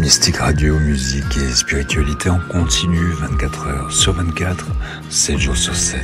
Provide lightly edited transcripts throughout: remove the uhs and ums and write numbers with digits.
Mystique Radio, musique et spiritualité en continu, 24 heures sur 24, 7 jours sur 7.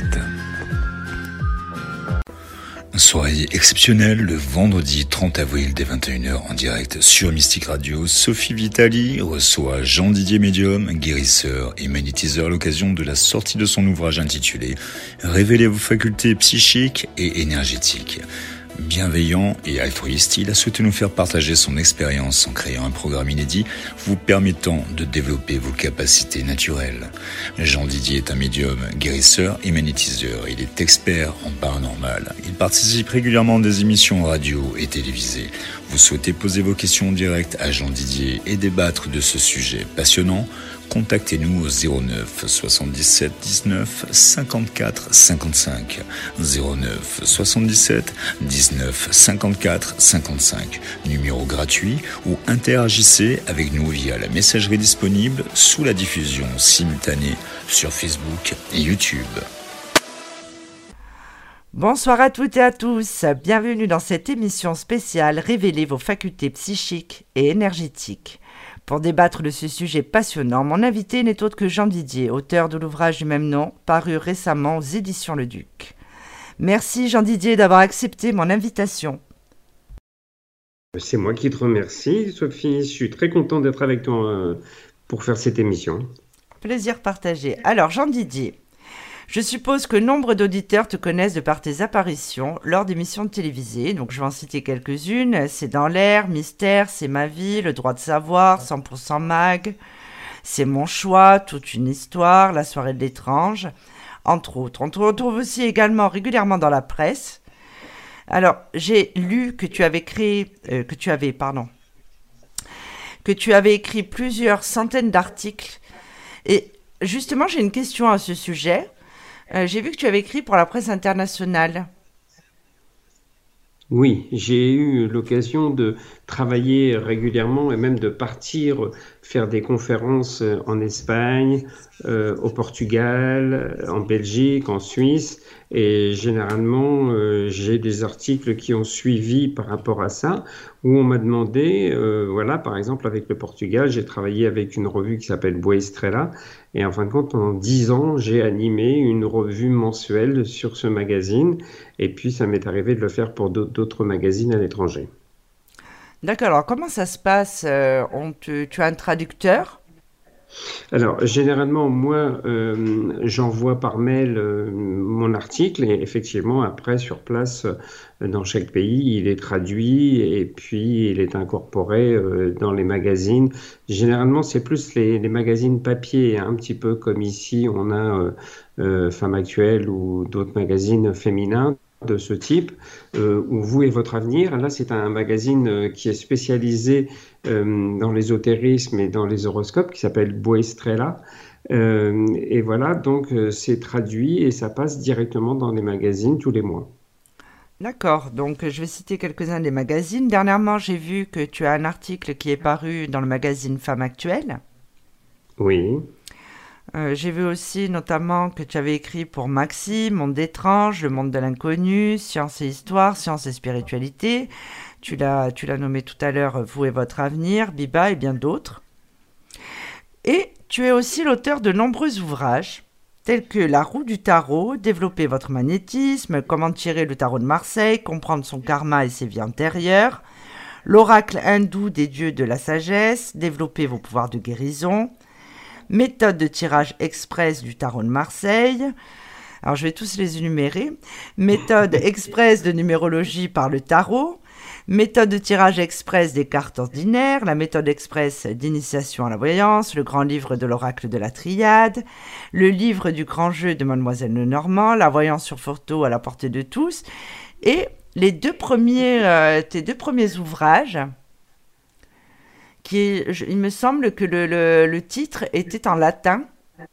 Soirée exceptionnelle le vendredi 30 avril dès 21h en direct sur Mystique Radio. Sophie Vitali reçoit Jean-Didier Médium, guérisseur et magnétiseur à l'occasion de la sortie de son ouvrage intitulé « Révélez vos facultés psychiques et énergétiques ». Bienveillant et altruiste, il a souhaité nous faire partager son expérience en créant un programme inédit vous permettant de développer vos capacités naturelles. Jean Didier est un médium, guérisseur et magnétiseur. Il est expert en paranormal. Il participe régulièrement à des émissions radio et télévisées. Vous souhaitez poser vos questions en direct à Jean Didier et débattre de ce sujet passionnant? Contactez-nous au 09 77 19 54 55 09 77 19 54 55, numéro gratuit, ou interagissez avec nous via la messagerie disponible sous la diffusion simultanée sur Facebook et YouTube. Bonsoir à toutes et à tous, bienvenue dans cette émission spéciale Révélez vos facultés psychiques et énergétiques. Pour débattre de ce sujet passionnant, mon invité n'est autre que Jean Didier, auteur de l'ouvrage du même nom, paru récemment aux éditions Le Duc. Merci Jean Didier d'avoir accepté mon invitation. C'est moi qui te remercie, Sophie. Je suis très content d'être avec toi pour faire cette émission. Plaisir partagé. Alors Jean Didier, je suppose que nombre d'auditeurs te connaissent de par tes apparitions lors d'émissions télévisées. Donc je vais en citer quelques-unes. C'est dans l'air, Mystère, C'est ma vie, Le droit de savoir, 100% mag, C'est mon choix, Toute une histoire, La soirée de l'étrange, entre autres. On te retrouve aussi également régulièrement dans la presse. Alors j'ai lu que tu avais écrit plusieurs centaines d'articles. Et justement, j'ai une question à ce sujet. J'ai vu que tu avais écrit pour la presse internationale. Oui, j'ai eu l'occasion de travailler régulièrement et même de partir faire des conférences en Espagne, au Portugal, en Belgique, en Suisse. Et généralement, j'ai des articles qui ont suivi par rapport à ça, où on m'a demandé, voilà, par exemple, avec le Portugal, j'ai travaillé avec une revue qui s'appelle Boa Estrela. Et en fin de compte, pendant 10 ans, j'ai animé une revue mensuelle sur ce magazine. Et puis, ça m'est arrivé de le faire pour d'autres magazines à l'étranger. D'accord, alors comment ça se passe? Tu as un traducteur? Alors, généralement, moi, j'envoie par mail mon article et effectivement, après, sur place, dans chaque pays, il est traduit et puis il est incorporé dans les magazines. Généralement, c'est plus les magazines papier, hein, un petit peu comme ici, on a Femme Actuelle ou d'autres magazines féminins de ce type, où Vous et votre avenir. Là, c'est un magazine qui est spécialisé dans l'ésotérisme et dans les horoscopes, qui s'appelle Boa Estrela. Et voilà, donc c'est traduit et ça passe directement dans les magazines tous les mois. D'accord, donc je vais citer quelques-uns des magazines. Dernièrement, j'ai vu que tu as un article qui est paru dans le magazine Femme Actuelle. Oui. J'ai vu aussi notamment que tu avais écrit pour Maxime, Monde étrange, Le monde de l'inconnu, Science et histoire, Science et spiritualité. Tu l'as nommé tout à l'heure, Vous et votre avenir, Biba et bien d'autres. Et tu es aussi l'auteur de nombreux ouvrages, tels que La roue du tarot, Développer votre magnétisme, Comment tirer le tarot de Marseille, Comprendre son karma et ses vies antérieures, L'oracle hindou des dieux de la sagesse, Développer vos pouvoirs de guérison, Méthode de tirage express du tarot de Marseille. Alors, je vais tous les énumérer. Méthode express de numérologie par le tarot. Méthode de tirage express des cartes ordinaires. La méthode express d'initiation à la voyance. Le grand livre de l'oracle de la triade. Le livre du grand jeu de Mademoiselle Lenormand. La voyance sur photo à la portée de tous. Et tes deux premiers ouvrages... il me semble que le titre était en latin.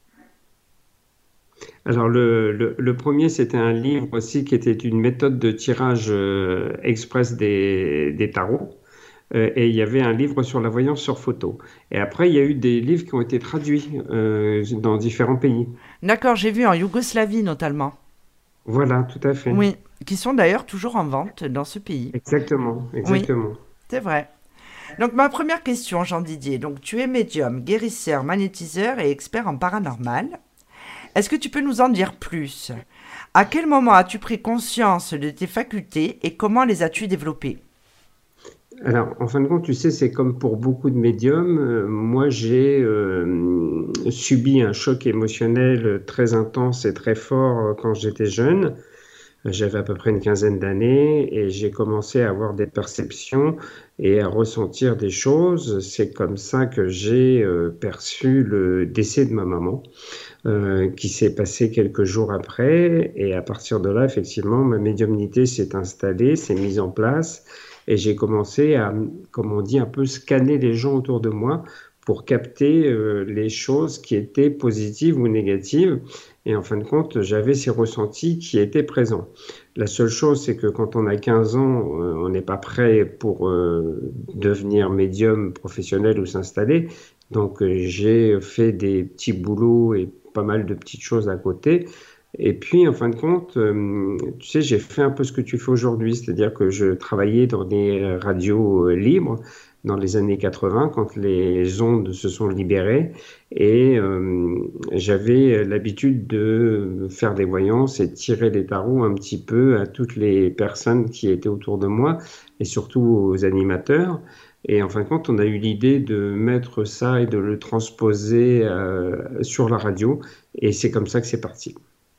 Alors, le premier, c'était un livre aussi qui était une méthode de tirage express des tarots. Et il y avait un livre sur la voyance sur photo. Et après, il y a eu des livres qui ont été traduits dans différents pays. D'accord, j'ai vu en Yougoslavie notamment. Voilà, tout à fait. Oui, qui sont d'ailleurs toujours en vente dans ce pays. Exactement. Oui, c'est vrai. Donc, ma première question, Jean-Didier. Donc, tu es médium, guérisseur, magnétiseur et expert en paranormal. Est-ce que tu peux nous en dire plus? À quel moment as-tu pris conscience de tes facultés et comment les as-tu développées? Alors, en fin de compte, tu sais, c'est comme pour beaucoup de médiums. Moi, j'ai subi un choc émotionnel très intense et très fort quand j'étais jeune. J'avais à peu près une quinzaine d'années et j'ai commencé à avoir des perceptions et à ressentir des choses. C'est comme ça que j'ai perçu le décès de ma maman, qui s'est passé quelques jours après. Et à partir de là, effectivement, ma médiumnité s'est installée, s'est mise en place. Et j'ai commencé à, comme on dit, un peu scanner les gens autour de moi pour capter les choses qui étaient positives ou négatives. Et en fin de compte, j'avais ces ressentis qui étaient présents. La seule chose, c'est que quand on a 15 ans, on n'est pas prêt pour devenir médium professionnel ou s'installer. Donc, j'ai fait des petits boulots et pas mal de petites choses à côté. Et puis, en fin de compte, tu sais, j'ai fait un peu ce que tu fais aujourd'hui, c'est-à-dire que je travaillais dans des radios libres dans les années 80, quand les ondes se sont libérées, et j'avais l'habitude de faire des voyances et tirer les tarots un petit peu à toutes les personnes qui étaient autour de moi, et surtout aux animateurs. Et en fin de compte, on a eu l'idée de mettre ça et de le transposer sur la radio, et c'est comme ça que c'est parti.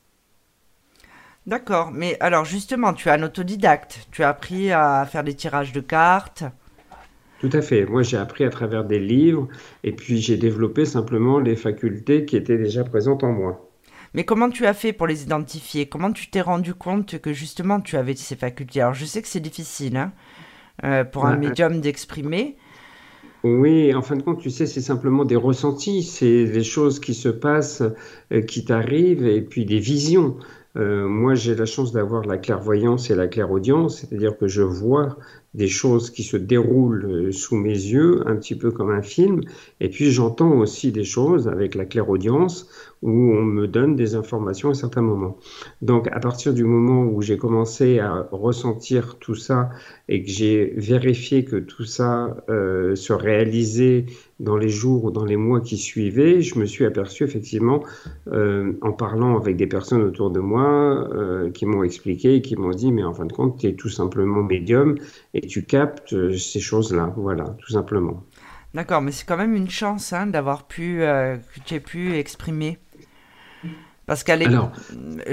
D'accord, mais alors justement, tu es un autodidacte. Tu as appris à faire des tirages de cartes. Tout à fait. Moi, j'ai appris à travers des livres et puis j'ai développé simplement les facultés qui étaient déjà présentes en moi. Mais comment tu as fait pour les identifier? Comment tu t'es rendu compte que justement tu avais ces facultés? Alors je sais que c'est difficile hein, pour un Ah, médium d'exprimer. oui, en fin de compte, tu sais, c'est simplement des ressentis, c'est des choses qui se passent, qui t'arrivent et puis des visions. Moi, j'ai la chance d'avoir la clairvoyance et la clairaudience, c'est-à-dire que je vois des choses qui se déroulent sous mes yeux, un petit peu comme un film, et puis j'entends aussi des choses avec la clairaudience où on me donne des informations à certains moments. Donc, à partir du moment où j'ai commencé à ressentir tout ça et que j'ai vérifié que tout ça se réalisait dans les jours ou dans les mois qui suivaient, je me suis aperçu effectivement, en parlant avec des personnes autour de moi, qui m'ont expliqué et qui m'ont dit, mais en fin de compte, tu es tout simplement médium et tu captes ces choses-là, voilà, tout simplement. D'accord, mais c'est quand même une chance hein, d'avoir pu, que tu aies pu exprimer. Parce qu'à l'époque, Alors,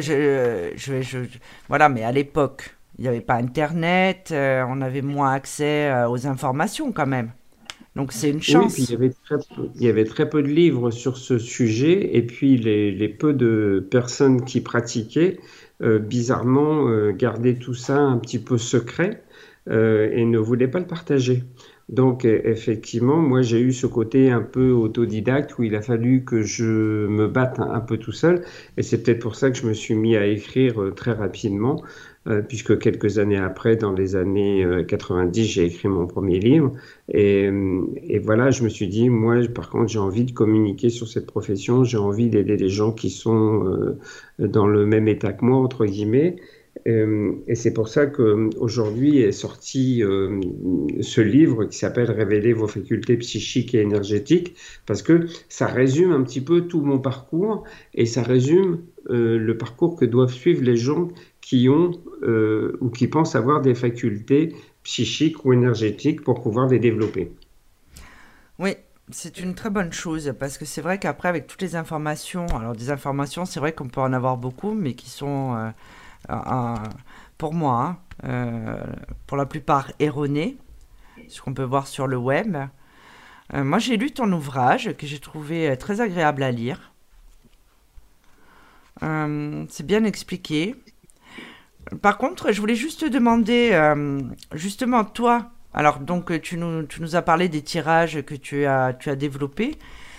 voilà, mais à l'époque, il n'y avait pas Internet, on avait moins accès aux informations quand même. Donc c'est une oui, puis chance. il y avait très peu de livres sur ce sujet, et puis les peu de personnes qui pratiquaient, bizarrement, gardaient tout ça un petit peu secret, et ne voulaient pas le partager. Donc, effectivement, moi, j'ai eu ce côté un peu autodidacte où il a fallu que je me batte un peu tout seul, et c'est peut-être pour ça que je me suis mis à écrire très rapidement, puisque quelques années après, dans les années 90, j'ai écrit mon premier livre. Et voilà, je me suis dit, moi, par contre, j'ai envie de communiquer sur cette profession, j'ai envie d'aider les gens qui sont dans le même état que moi, entre guillemets. Et c'est pour ça qu'aujourd'hui est sorti ce livre qui s'appelle Révéler vos facultés psychiques et énergétiques, parce que ça résume un petit peu tout mon parcours et ça résume le parcours que doivent suivre les gens qui ont ou qui pensent avoir des facultés psychiques ou énergétiques pour pouvoir les développer. Oui, c'est une très bonne chose parce que c'est vrai qu'après, avec toutes les informations, alors des informations, c'est vrai qu'on peut en avoir beaucoup, mais qui sont, pour moi, hein, pour la plupart erronées, ce qu'on peut voir sur le web. Moi, j'ai lu ton ouvrage que j'ai trouvé très agréable à lire. C'est bien expliqué. Par contre, je voulais juste te demander, justement, toi, alors donc tu nous as parlé des tirages que tu as développés,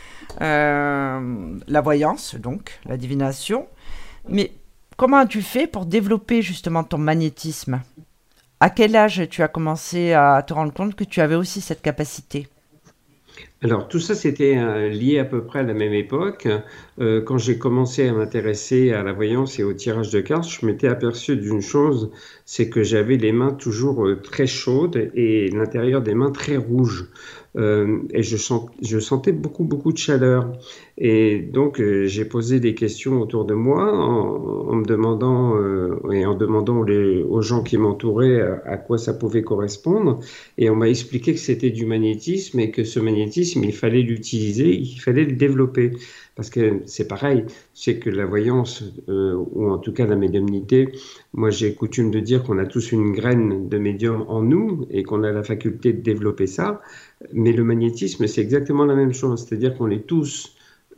la voyance, donc, la divination, mais comment as-tu fait pour développer justement ton magnétisme? À quel âge tu as commencé à te rendre compte que tu avais aussi cette capacité? Alors, tout ça, c'était lié à peu près à la même époque. Quand j'ai commencé à m'intéresser à la voyance et au tirage de cartes, je m'étais aperçu d'une chose, c'est que j'avais les mains toujours très chaudes et l'intérieur des mains très rouge. Et je sentais beaucoup, beaucoup de chaleur. Et donc, j'ai posé des questions autour de moi en me demandant et en demandant aux gens qui m'entouraient à quoi ça pouvait correspondre. Et on m'a expliqué que c'était du magnétisme et que ce magnétisme, il fallait l'utiliser, il fallait le développer. Parce que c'est pareil, c'est que la voyance, ou en tout cas la médiumnité, moi j'ai coutume de dire qu'on a tous une graine de médium en nous et qu'on a la faculté de développer ça. Mais le magnétisme, c'est exactement la même chose. C'est-à-dire qu'on est tous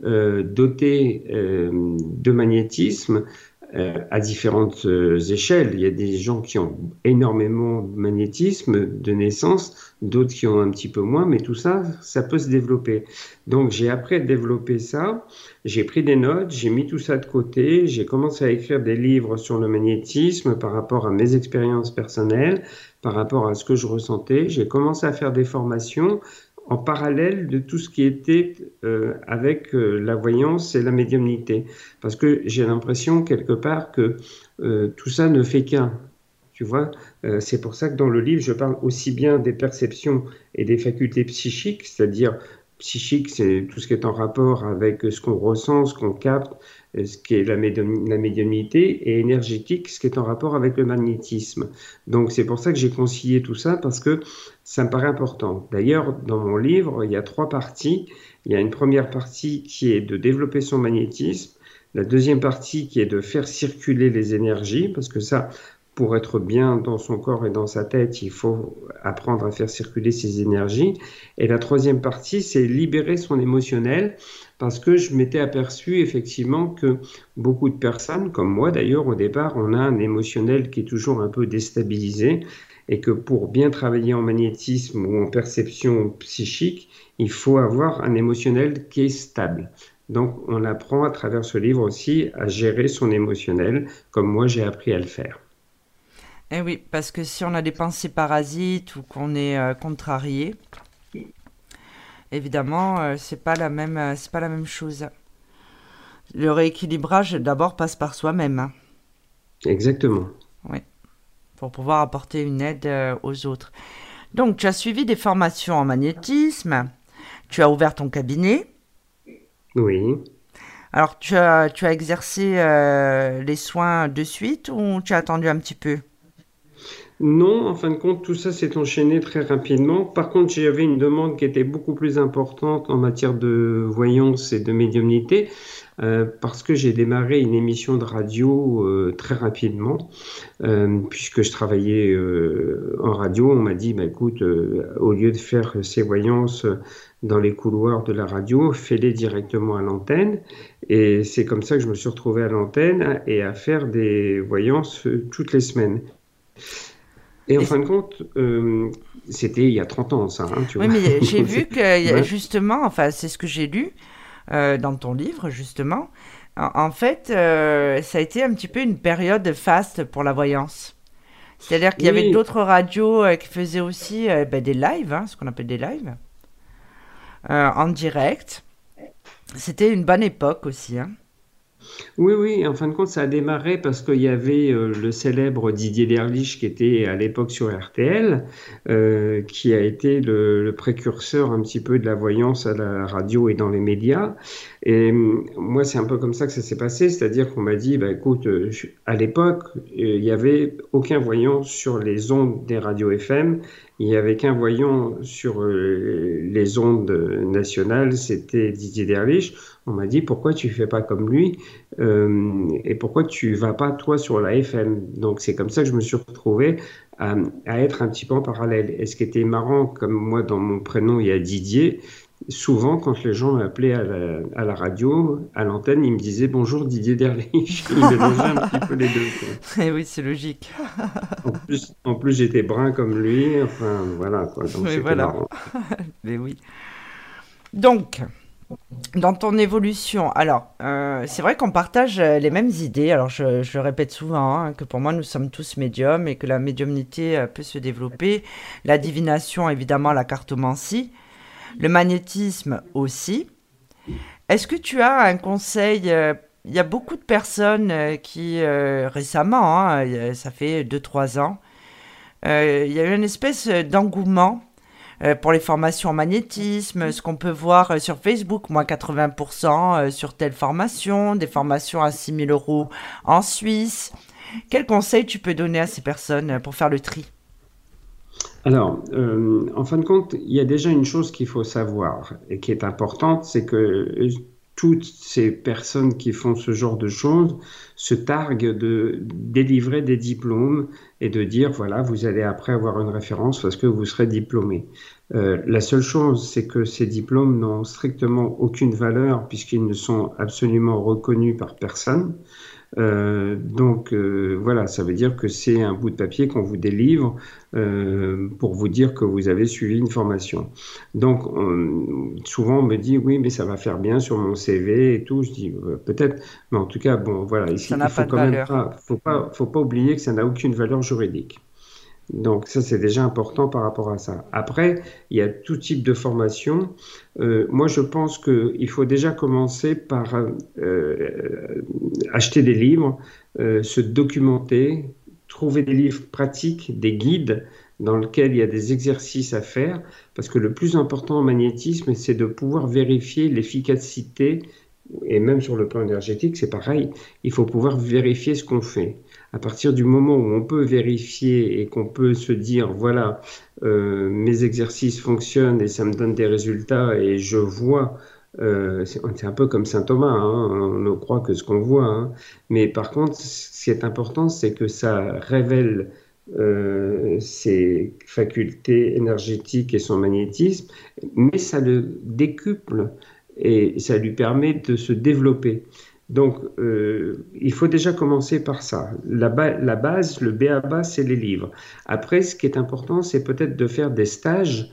dotés de magnétisme à différentes échelles. Il y a des gens qui ont énormément de magnétisme de naissance, d'autres qui ont un petit peu moins, mais tout ça, ça peut se développer. Donc j'ai appris à développer ça, j'ai pris des notes, j'ai mis tout ça de côté, j'ai commencé à écrire des livres sur le magnétisme par rapport à mes expériences personnelles, par rapport à ce que je ressentais. J'ai commencé à faire des formations en parallèle de tout ce qui était avec la voyance et la médiumnité. Parce que j'ai l'impression quelque part que tout ça ne fait qu'un. Tu vois, c'est pour ça que dans le livre, je parle aussi bien des perceptions et des facultés psychiques, c'est-à-dire psychique, c'est tout ce qui est en rapport avec ce qu'on ressent, ce qu'on capte, ce qui est la médiumnité, et énergétique, ce qui est en rapport avec le magnétisme. Donc c'est pour ça que j'ai concilié tout ça, parce que ça me paraît important. D'ailleurs, dans mon livre, il y a 3 parties. Il y a une première partie qui est de développer son magnétisme, la deuxième partie qui est de faire circuler les énergies, parce que ça, pour être bien dans son corps et dans sa tête, il faut apprendre à faire circuler ses énergies. Et la troisième partie, c'est libérer son émotionnel, parce que je m'étais aperçu effectivement que beaucoup de personnes, comme moi d'ailleurs au départ, on a un émotionnel qui est toujours un peu déstabilisé, et que pour bien travailler en magnétisme ou en perception psychique, il faut avoir un émotionnel qui est stable. Donc on apprend à travers ce livre aussi à gérer son émotionnel, comme moi j'ai appris à le faire. Eh oui, parce que si on a des pensées parasites ou qu'on est contrarié, évidemment, c'est pas la même chose. Le rééquilibrage d'abord passe par soi-même, hein. Exactement. Oui, pour pouvoir apporter une aide aux autres. Donc, tu as suivi des formations en magnétisme, tu as ouvert ton cabinet. Oui. Alors, tu as exercé les soins de suite ou tu as attendu un petit peu? Non, en fin de compte, tout ça s'est enchaîné très rapidement. Par contre, j'avais une demande qui était beaucoup plus importante en matière de voyance et de médiumnité, parce que j'ai démarré une émission de radio très rapidement, puisque je travaillais en radio. On m'a dit, bah, écoute, au lieu de faire ces voyances dans les couloirs de la radio, fais-les directement à l'antenne. Et c'est comme ça que je me suis retrouvé à l'antenne et à faire des voyances toutes les semaines. Et en Et- fin de compte, c'était il y a 30 ans, ça, hein, tu Oui, vois. mais j'ai Donc, vu que ouais. justement, enfin, c'est ce que j'ai lu dans ton livre, justement. En fait, ça a été un petit peu une période faste pour la voyance. C'est-à-dire qu'il y avait Oui, d'autres radios qui faisaient aussi des lives, hein, ce qu'on appelle des lives, en direct. C'était une bonne époque aussi, hein. oui, oui, en fin de compte, ça a démarré parce qu'il y avait le célèbre Didier Derlich qui était à l'époque sur RTL, qui a été le précurseur un petit peu de la voyance à la radio et dans les médias. Et moi, c'est un peu comme ça que ça s'est passé, c'est-à-dire qu'on m'a dit, bah, écoute, à l'époque, il n'y avait aucun voyant sur les ondes des radios FM, il n'y avait qu'un voyant sur les ondes nationales, c'était Didier Derlich. On m'a dit, pourquoi tu fais pas comme lui? Et pourquoi tu vas pas toi sur la FM? Donc c'est comme ça que je me suis retrouvé à être un petit peu en parallèle. Et ce qui était marrant, comme moi dans mon prénom il y a Didier, souvent quand les gens m'appelaient à la radio, à l'antenne, ils me disaient bonjour Didier Derlich. Ils mélangeaient un petit peu les deux, quoi. Et oui, c'est logique. En plus j'étais brun comme lui. Enfin voilà quoi. Donc Oui, c'était voilà. marrant. Mais oui. Donc, dans ton évolution, alors, c'est vrai qu'on partage les mêmes idées. Alors, je le répète souvent, hein, que pour moi, nous sommes tous médiums et que la médiumnité peut se développer. La divination, évidemment, la cartomancie. Le magnétisme aussi. Est-ce que tu as un conseil? Il y a beaucoup de personnes qui, récemment, hein, ça fait 2, 3 ans, il y a eu une espèce d'engouement pour les formations en magnétisme, ce qu'on peut voir sur Facebook, moins 80% sur telle formation, des formations à 6 000 € en Suisse. Quel conseil tu peux donner à ces personnes pour faire le tri? Alors, en fin de compte, il y a déjà une chose qu'il faut savoir et qui est importante, c'est que toutes ces personnes qui font ce genre de choses se targuent de délivrer des diplômes et de dire, voilà, vous allez après avoir une référence parce que vous serez diplômé. La seule chose, c'est que ces diplômes n'ont strictement aucune valeur puisqu'ils ne sont absolument reconnus par personne. Donc voilà, ça veut dire que c'est un bout de papier qu'on vous délivre pour vous dire que vous avez suivi une formation. Donc souvent on me dit oui, mais ça va faire bien sur mon CV et tout. Je dis peut-être, mais en tout cas bon voilà, ici Ça il n'a faut pas de quand même valeur. faut pas oublier que ça n'a aucune valeur juridique. Donc ça, c'est déjà important par rapport à ça. Après, il y a tout type de formation. Moi, je pense qu'il faut déjà commencer par acheter des livres, se documenter, trouver des livres pratiques, des guides dans lesquels il y a des exercices à faire, parce que le plus important en magnétisme, c'est de pouvoir vérifier l'efficacité, et même sur le plan énergétique, c'est pareil, il faut pouvoir vérifier ce qu'on fait. À partir du moment où on peut vérifier et qu'on peut se dire, voilà, mes exercices fonctionnent et ça me donne des résultats et je vois, c'est un peu comme Saint Thomas, hein, on ne croit que ce qu'on voit, hein. Mais par contre, ce qui est important, c'est que ça révèle ses facultés énergétiques et son magnétisme, mais ça le décuple et ça lui permet de se développer. Donc, il faut déjà commencer par ça. La base, le b.a.-ba, c'est les livres. Après, ce qui est important, c'est peut-être de faire des stages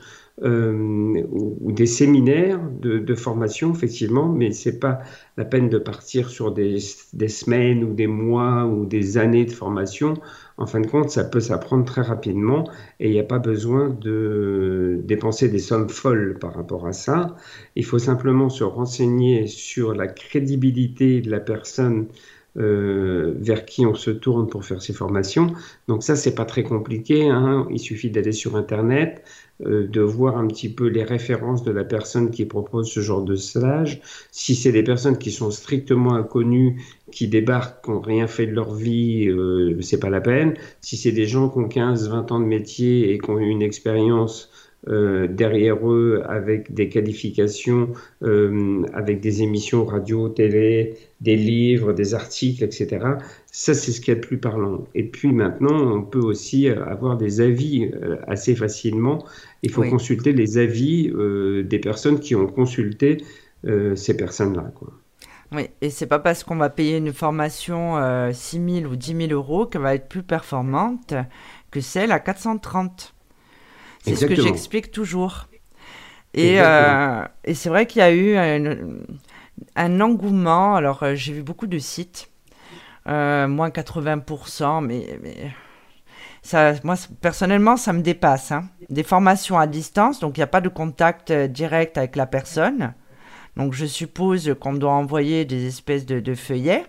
ou des séminaires de formation, effectivement, mais c'est pas la peine de partir sur des semaines ou des mois ou des années de formation. En fin de compte, ça peut s'apprendre très rapidement et il n'y a pas besoin de dépenser des sommes folles par rapport à ça. Il faut simplement se renseigner sur la crédibilité de la personne vers qui on se tourne pour faire ces formations. Donc ça, c'est pas très compliqué, hein. Il suffit d'aller sur Internet, de voir un petit peu les références de la personne qui propose ce genre de stage. Si c'est des personnes qui sont strictement inconnues, qui débarquent, qui n'ont rien fait de leur vie, c'est pas la peine. Si c'est des gens qui ont 15, 20 ans de métier et qui ont eu une expérience derrière eux avec des qualifications, avec des émissions radio, télé, des livres, des articles, etc. Ça, c'est ce qui est le plus parlant. Et puis maintenant, on peut aussi avoir des avis assez facilement. Il faut Oui. consulter les avis des personnes qui ont consulté ces personnes-là, quoi. Oui, et c'est pas parce qu'on va payer une formation 6 000 ou 10 000 € qu'elle va être plus performante que celle à 430. C'est ce que Exactement. j'explique toujours. Exactement. Et c'est vrai qu'il y a eu un engouement. Alors, j'ai vu beaucoup de sites, moins 80%, mais ça, moi, personnellement, ça me dépasse, hein. Des formations à distance, donc il n'y a pas de contact direct avec la personne. Donc, je suppose qu'on doit envoyer des espèces de feuillets.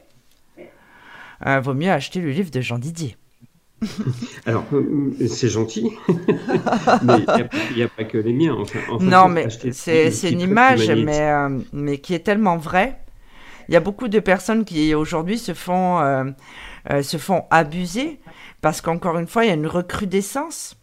Vaut mieux acheter le livre de Jean Didier. Alors, c'est gentil, mais il n'y a pas que les miens. Enfin, en fin de Non, compte, mais acheter des c'est livres c'est qui une traitent du image, magnétisme. mais qui est tellement vraie. Il y a beaucoup de personnes qui aujourd'hui se font abuser parce qu'encore une fois, il y a une recrudescence.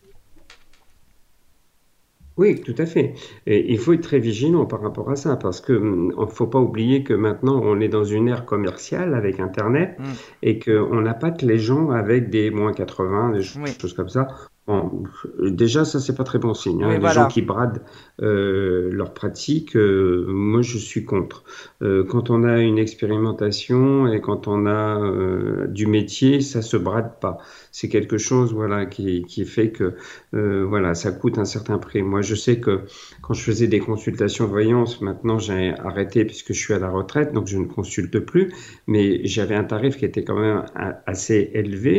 Oui, tout à fait. Et il faut être très vigilant par rapport à ça, parce que ne faut pas oublier que maintenant on est dans une ère commerciale avec Internet Mm. et qu'on n'a pas que les gens avec des moins 80, des Oui, choses comme ça. Bon, déjà, ça, c'est pas très bon signe, oui, hein. Les gens voilà. qui bradent leurs pratiques, moi, je suis contre. Quand on a une expérimentation et quand on a du métier, ça se brade pas. C'est quelque chose, voilà, qui fait que voilà, ça coûte un certain prix. Moi, je sais que quand je faisais des consultations de voyance, maintenant j'ai arrêté puisque je suis à la retraite, donc je ne consulte plus, mais j'avais un tarif qui était quand même assez élevé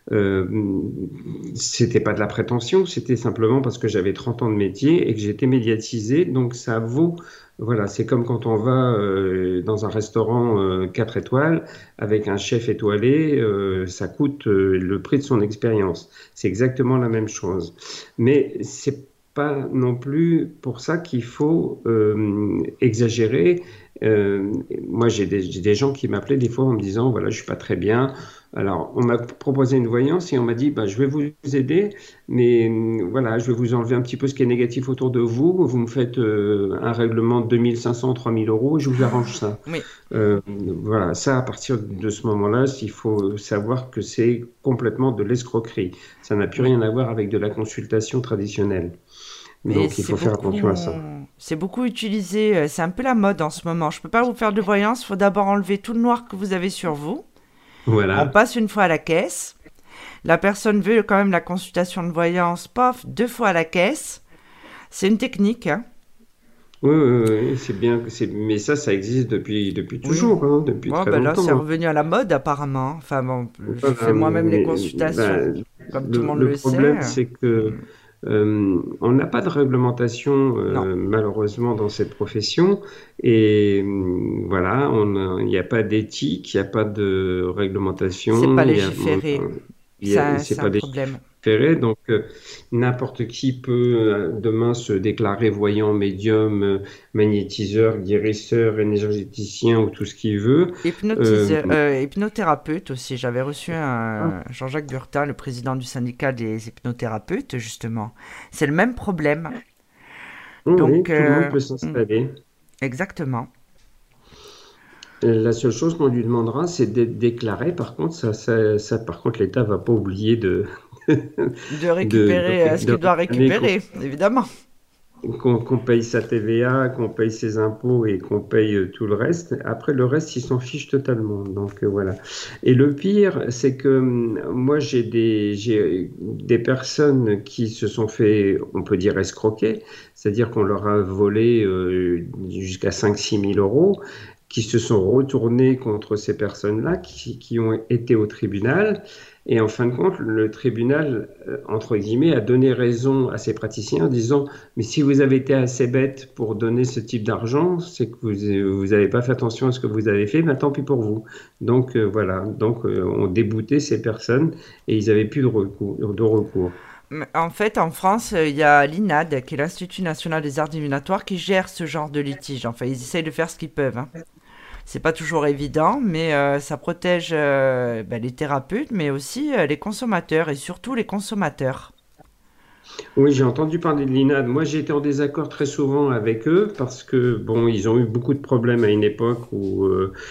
Euh, C'était pas de la prétention, c'était simplement parce que j'avais 30 ans de métier et que j'étais médiatisé, donc ça vaut. Voilà, c'est comme quand on va dans un restaurant 4 étoiles avec un chef étoilé, ça coûte le prix de son expérience. C'est exactement la même chose. Mais c'est pas non plus pour ça qu'il faut exagérer. Moi, j'ai des gens qui m'appelaient des fois en me disant, voilà, je suis pas très bien. Alors, on m'a proposé une voyance et on m'a dit, bah, je vais vous aider, mais voilà, je vais vous enlever un petit peu ce qui est négatif autour de vous. Vous me faites un règlement de 2500, 3000 euros, et je vous arrange ça. Oui. Voilà, ça, à partir de ce moment-là, il faut savoir que c'est complètement de l'escroquerie. Ça n'a plus Oui. rien à voir avec de la consultation traditionnelle. Mais Donc, il faut faire attention à ça. c'est beaucoup utilisé. C'est un peu la mode en ce moment. Je peux pas vous faire de voyance. Il faut d'abord enlever tout le noir que vous avez sur vous. On Voilà. passe une fois à la caisse. La personne veut quand même la consultation de voyance. Pof, 2 fois à la caisse. C'est une technique, hein. Oui, oui, oui, c'est bien, mais ça existe depuis Oui. toujours, hein, depuis Bon, très ben là, c'est longtemps, hein. revenu à la mode apparemment. Enfin bon, je fais Voilà, moi-même les mais consultations, ben, comme tout le monde le le sait. problème, c'est que Mm. on n'a pas de réglementation Non, malheureusement dans cette profession et voilà, il n'y a pas d'éthique, il n'y a pas de c'est pas réglementation, légiféré. c'est C'est un pas problème. légiféré, donc n'importe qui peut demain se déclarer voyant, médium, magnétiseur, guérisseur, énergéticien ou tout ce qu'il veut. Euh, Hypnothérapeute aussi. J'avais reçu un Jean-Jacques Burtin, le président du syndicat des hypnothérapeutes, justement. C'est le même problème. oui, oui, Donc, tout le monde peut mm, s'installer. exactement. La seule chose qu'on lui demandera, c'est d'être déclaré. Par contre, par contre, l'État va pas oublier De de, récupérer ce de qu'il doit réclamer récupérer, évidemment. qu'on paye sa TVA, qu'on paye ses impôts et qu'on paye tout le reste. Après, le reste, ils s'en fichent totalement. Donc voilà. Et le pire, c'est que moi, j'ai des personnes qui se sont fait, on peut dire, escroquer, c'est-à-dire qu'on leur a volé jusqu'à 5 000 à 6 000 euros, qui se sont retournés contre ces personnes-là, qui ont été au tribunal. Et en fin de compte, le tribunal, entre guillemets, a donné raison à ces praticiens en disant, mais si vous avez été assez bête pour donner ce type d'argent, c'est que vous n'avez pas fait attention à ce que vous avez fait, mais tant pis pour vous. Donc voilà, donc on déboutait ces personnes et ils n'avaient plus de recours. Mais en fait, en France, il y a l'INAD, qui est l'Institut national des arts divinatoires, qui gère ce genre de litige. Enfin, ils essayent de faire ce qu'ils peuvent, hein. C'est pas toujours évident, mais ça protège les thérapeutes, mais aussi les consommateurs, et surtout les consommateurs. Oui, j'ai entendu parler de l'INAD. Moi, j'ai été en désaccord très souvent avec eux parce que, bon, ils ont eu beaucoup de problèmes à une époque où,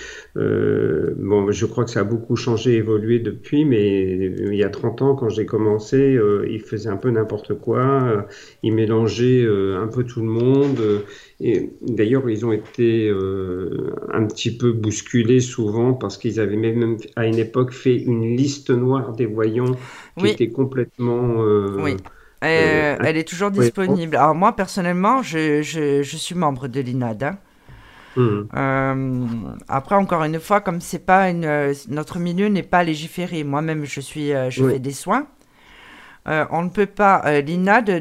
bon, je crois que ça a beaucoup changé, évolué depuis, mais il y a 30 ans, quand j'ai commencé, ils faisaient un peu n'importe quoi. Ils mélangeaient un peu tout le monde. Et d'ailleurs, ils ont été un petit peu bousculés souvent parce qu'ils avaient même à une époque fait une liste noire des voyants qui Oui, était complètement oui. Elle est toujours incohérente. disponible. Alors moi, personnellement, je suis membre de l'INAD, hein. Hmm. Après, encore une fois, comme c'est pas notre milieu n'est pas légiféré. Moi-même, je Oui. fais des soins. On ne peut pas. L'INAD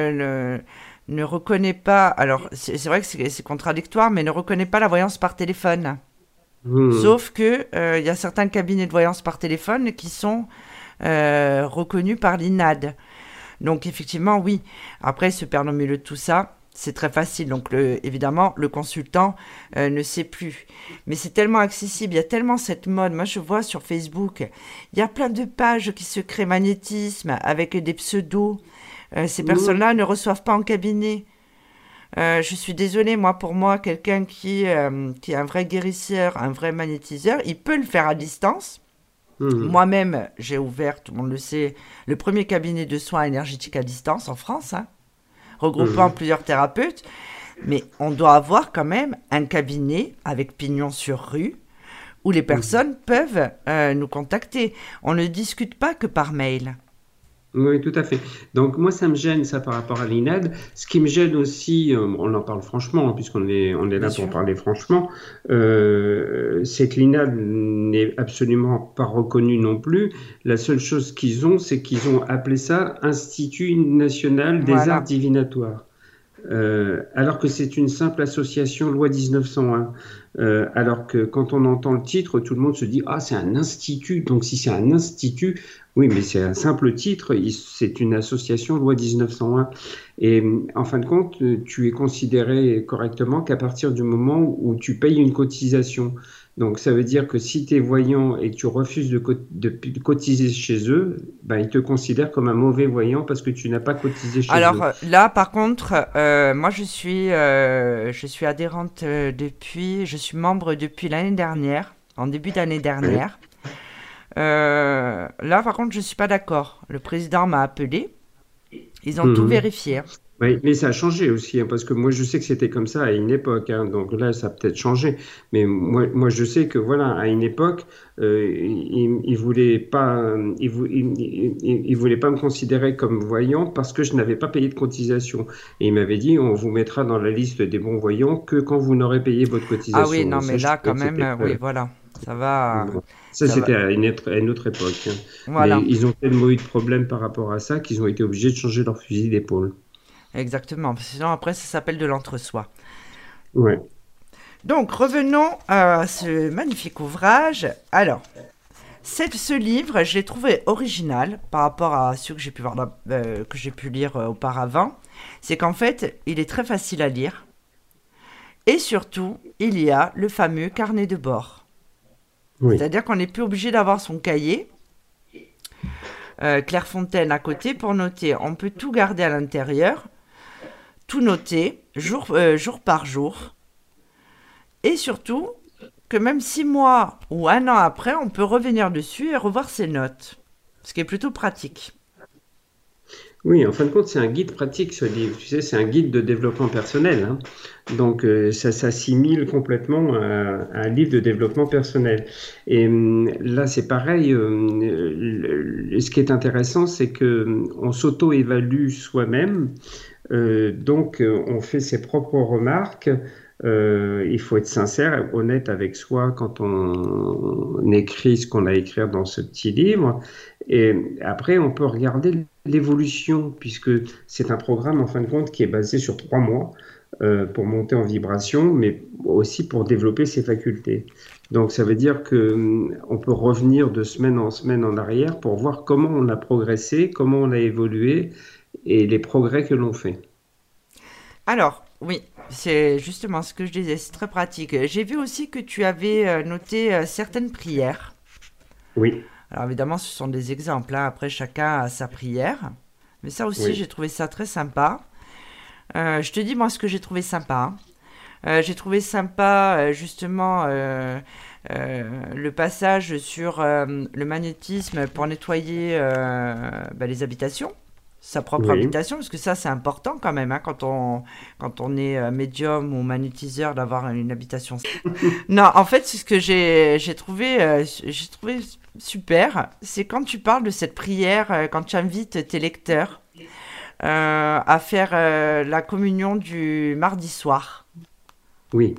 ne reconnaît pas. Alors, c'est vrai que c'est contradictoire, mais ne reconnaît pas la voyance par téléphone. Hmm. Sauf que il y a certains cabinets de voyance par téléphone qui sont reconnus par l'INAD. Donc effectivement, oui. Après, se perdre au milieu de tout ça, c'est très facile. Donc évidemment, le consultant ne sait plus. Mais c'est tellement accessible, il y a tellement cette mode. Moi, je vois sur Facebook, il y a plein de pages qui se créent magnétisme avec des pseudos. Ces Hmm. personnes-là ne reçoivent pas en cabinet. Je suis désolée, moi, pour moi, quelqu'un qui est un vrai guérisseur, un vrai magnétiseur, il peut le faire à distance. Hmm. Moi-même, j'ai ouvert, tout le monde le sait, le premier cabinet de soins énergétiques à distance en France, hein, regroupant Hmm. plusieurs thérapeutes. Mais on doit avoir quand même un cabinet avec pignon sur rue où les Hmm. personnes peuvent nous contacter. On ne discute pas que par mail. Oui, tout à fait. Donc moi, ça me gêne ça par rapport à l'INAD. Ce qui me gêne aussi, on en parle franchement, hein, on est Bien là pour sûr. parler franchement, c'est que l'INAD n'est absolument pas reconnu non plus. La seule chose qu'ils ont, c'est qu'ils ont appelé ça Institut national des arts Voilà. divinatoires. Alors que c'est une simple association loi 1901. Alors que quand on entend le titre, tout le monde se dit, ah, c'est un institut. Donc si c'est un institut, oui, mais c'est un simple titre, c'est une association loi 1901. Et en fin de compte, tu es considéré correctement qu'à partir du moment où tu payes une cotisation. Donc ça veut dire que si tu es voyant et que tu refuses de cotiser chez eux, ben, ils te considèrent comme un mauvais voyant parce que tu n'as pas cotisé chez Alors eux. là, par contre, moi je suis adhérente je suis membre depuis l'année dernière, en début d'année Ouais. dernière. Là, par contre, je suis pas d'accord. Le président m'a appelé, ils ont tout Mhm. vérifié. Oui, mais ça a changé aussi, hein, parce que moi je sais que c'était comme ça à une époque, hein, donc là ça a peut-être changé, mais moi je sais que voilà, à une époque, il voulait pas, il voulait pas me considérer comme voyant parce que je n'avais pas payé de cotisation. Et il m'avait dit, on vous mettra dans la liste des bons voyants que quand vous n'aurez payé votre Ah oui, cotisation. Et non, mais ça, je là, trouvais quand que même, c'était oui, très... voilà, ça va, Bon. Ça, ça va, c'était à une autre époque, hein. Mais voilà, ils ont tellement eu de problèmes par rapport à ça qu'ils ont été obligés de changer leur fusil d'épaule. exactement. Parce que sinon, après, ça s'appelle de l'entre-soi. Ouais. Donc, revenons à ce magnifique ouvrage. Alors, ce livre, je l'ai trouvé original par rapport à ceux que j'ai pu voir, que j'ai pu lire auparavant. C'est qu'en fait, il est très facile à lire. Et surtout, il y a le fameux carnet de bord. Oui. C'est-à-dire qu'on n'est plus obligé d'avoir son cahier, Clairefontaine à côté pour noter. On peut tout garder à l'intérieur, tout noter, jour par jour. Et surtout, que même 6 mois ou un an après, on peut revenir dessus et revoir ses notes. Ce qui est plutôt pratique. Oui, en fin de compte, c'est un guide pratique, ce livre. Tu sais, c'est un guide de développement personnel, hein. Donc, ça s'assimile complètement à un livre de développement personnel. Et là, c'est pareil. Ce qui est intéressant, c'est que on s'auto-évalue soi-même. Donc, on fait ses propres remarques. Il faut être sincère, honnête avec soi quand on écrit ce qu'on a à écrire dans ce petit livre. Et après, on peut regarder l'évolution, puisque c'est un programme, en fin de compte, qui est basé sur 3 mois pour monter en vibration, mais aussi pour développer ses facultés. Donc, ça veut dire que on peut revenir de semaine en arrière pour voir comment on a progressé, comment on a évolué et les progrès que l'on fait. Alors, oui, c'est justement ce que je disais, c'est très pratique. J'ai vu aussi que tu avais noté certaines prières. Oui, Alors évidemment, ce sont des exemples, hein. Après, chacun a sa prière. Mais ça aussi, oui, j'ai trouvé ça très sympa. Je te dis, moi, ce que j'ai trouvé sympa, hein. J'ai trouvé sympa, justement, le passage sur le magnétisme pour nettoyer les habitations, sa propre oui. habitation, parce que ça, c'est important quand même, hein, quand on est médium ou magnétiseur, d'avoir une habitation. Non, en fait, ce que j'ai trouvé super, c'est quand tu parles de cette prière, quand tu invites tes lecteurs à faire la communion du mardi soir. Oui.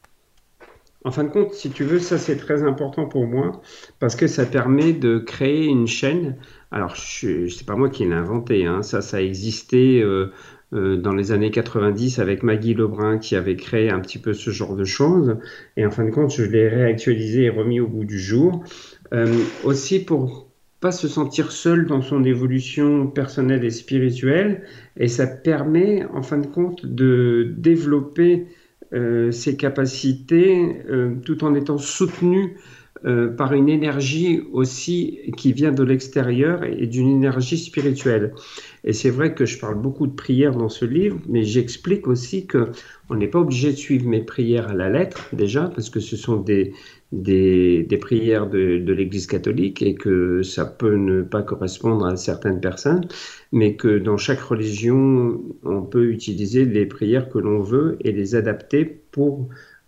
En fin de compte, si tu veux, ça c'est très important pour moi parce que ça permet de créer une chaîne. Alors, c'est pas moi qui l'ai inventé, hein. Ça existait dans les années 90 avec Maggie Lebrun qui avait créé un petit peu ce genre de choses. Et en fin de compte, je l'ai réactualisé et remis au goût du jour. Aussi pour pas se sentir seul dans son évolution personnelle et spirituelle. Et ça permet, en fin de compte, de développer ses capacités tout en étant soutenu par une énergie aussi qui vient de l'extérieur et d'une énergie spirituelle. Et c'est vrai que je parle beaucoup de prières dans ce livre, mais j'explique aussi que on n'est pas obligé de suivre mes prières à la lettre déjà, parce que ce sont des prières de l'Église catholique et que ça peut ne pas correspondre à certaines personnes, mais que dans chaque religion, on peut utiliser les prières que l'on veut et les adapter pour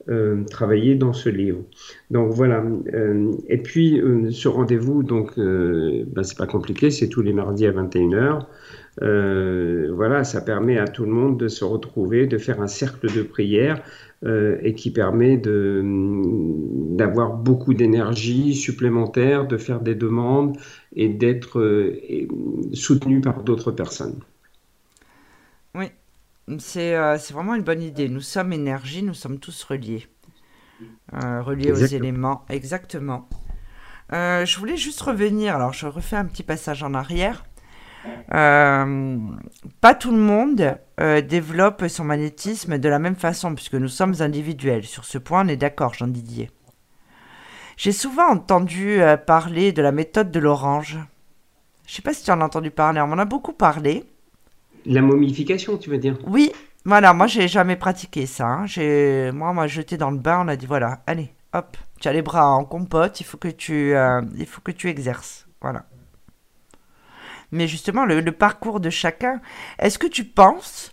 travaillé dans ce livre. Donc voilà. Et puis ce rendez-vous, donc c'est pas compliqué, c'est tous les mardis à 21h. Voilà, ça permet à tout le monde de se retrouver, de faire un cercle de prière et qui permet d'avoir beaucoup d'énergie supplémentaire, de faire des demandes et d'être soutenu par d'autres personnes. Oui, c'est vraiment une bonne idée. Nous sommes énergie, nous sommes tous reliés. Reliés aux Exactement. éléments, exactement. Je voulais juste revenir, alors je refais un petit passage en arrière. Euh, Pas tout le monde développe son magnétisme de la même façon, puisque nous sommes individuels. Sur ce point, on est d'accord, Jean Didier. J'ai souvent entendu parler de la méthode de l'orange. Je sais pas si tu en as entendu parler, on m'en a beaucoup parlé. La momification, tu veux dire? Oui, voilà, moi j'ai jamais pratiqué ça, hein. Moi, on m'a jeté dans le bain, on a dit voilà, allez, hop, tu as les bras en compote, il faut que tu exerces. Voilà. Mais justement, le parcours de chacun, est-ce que tu penses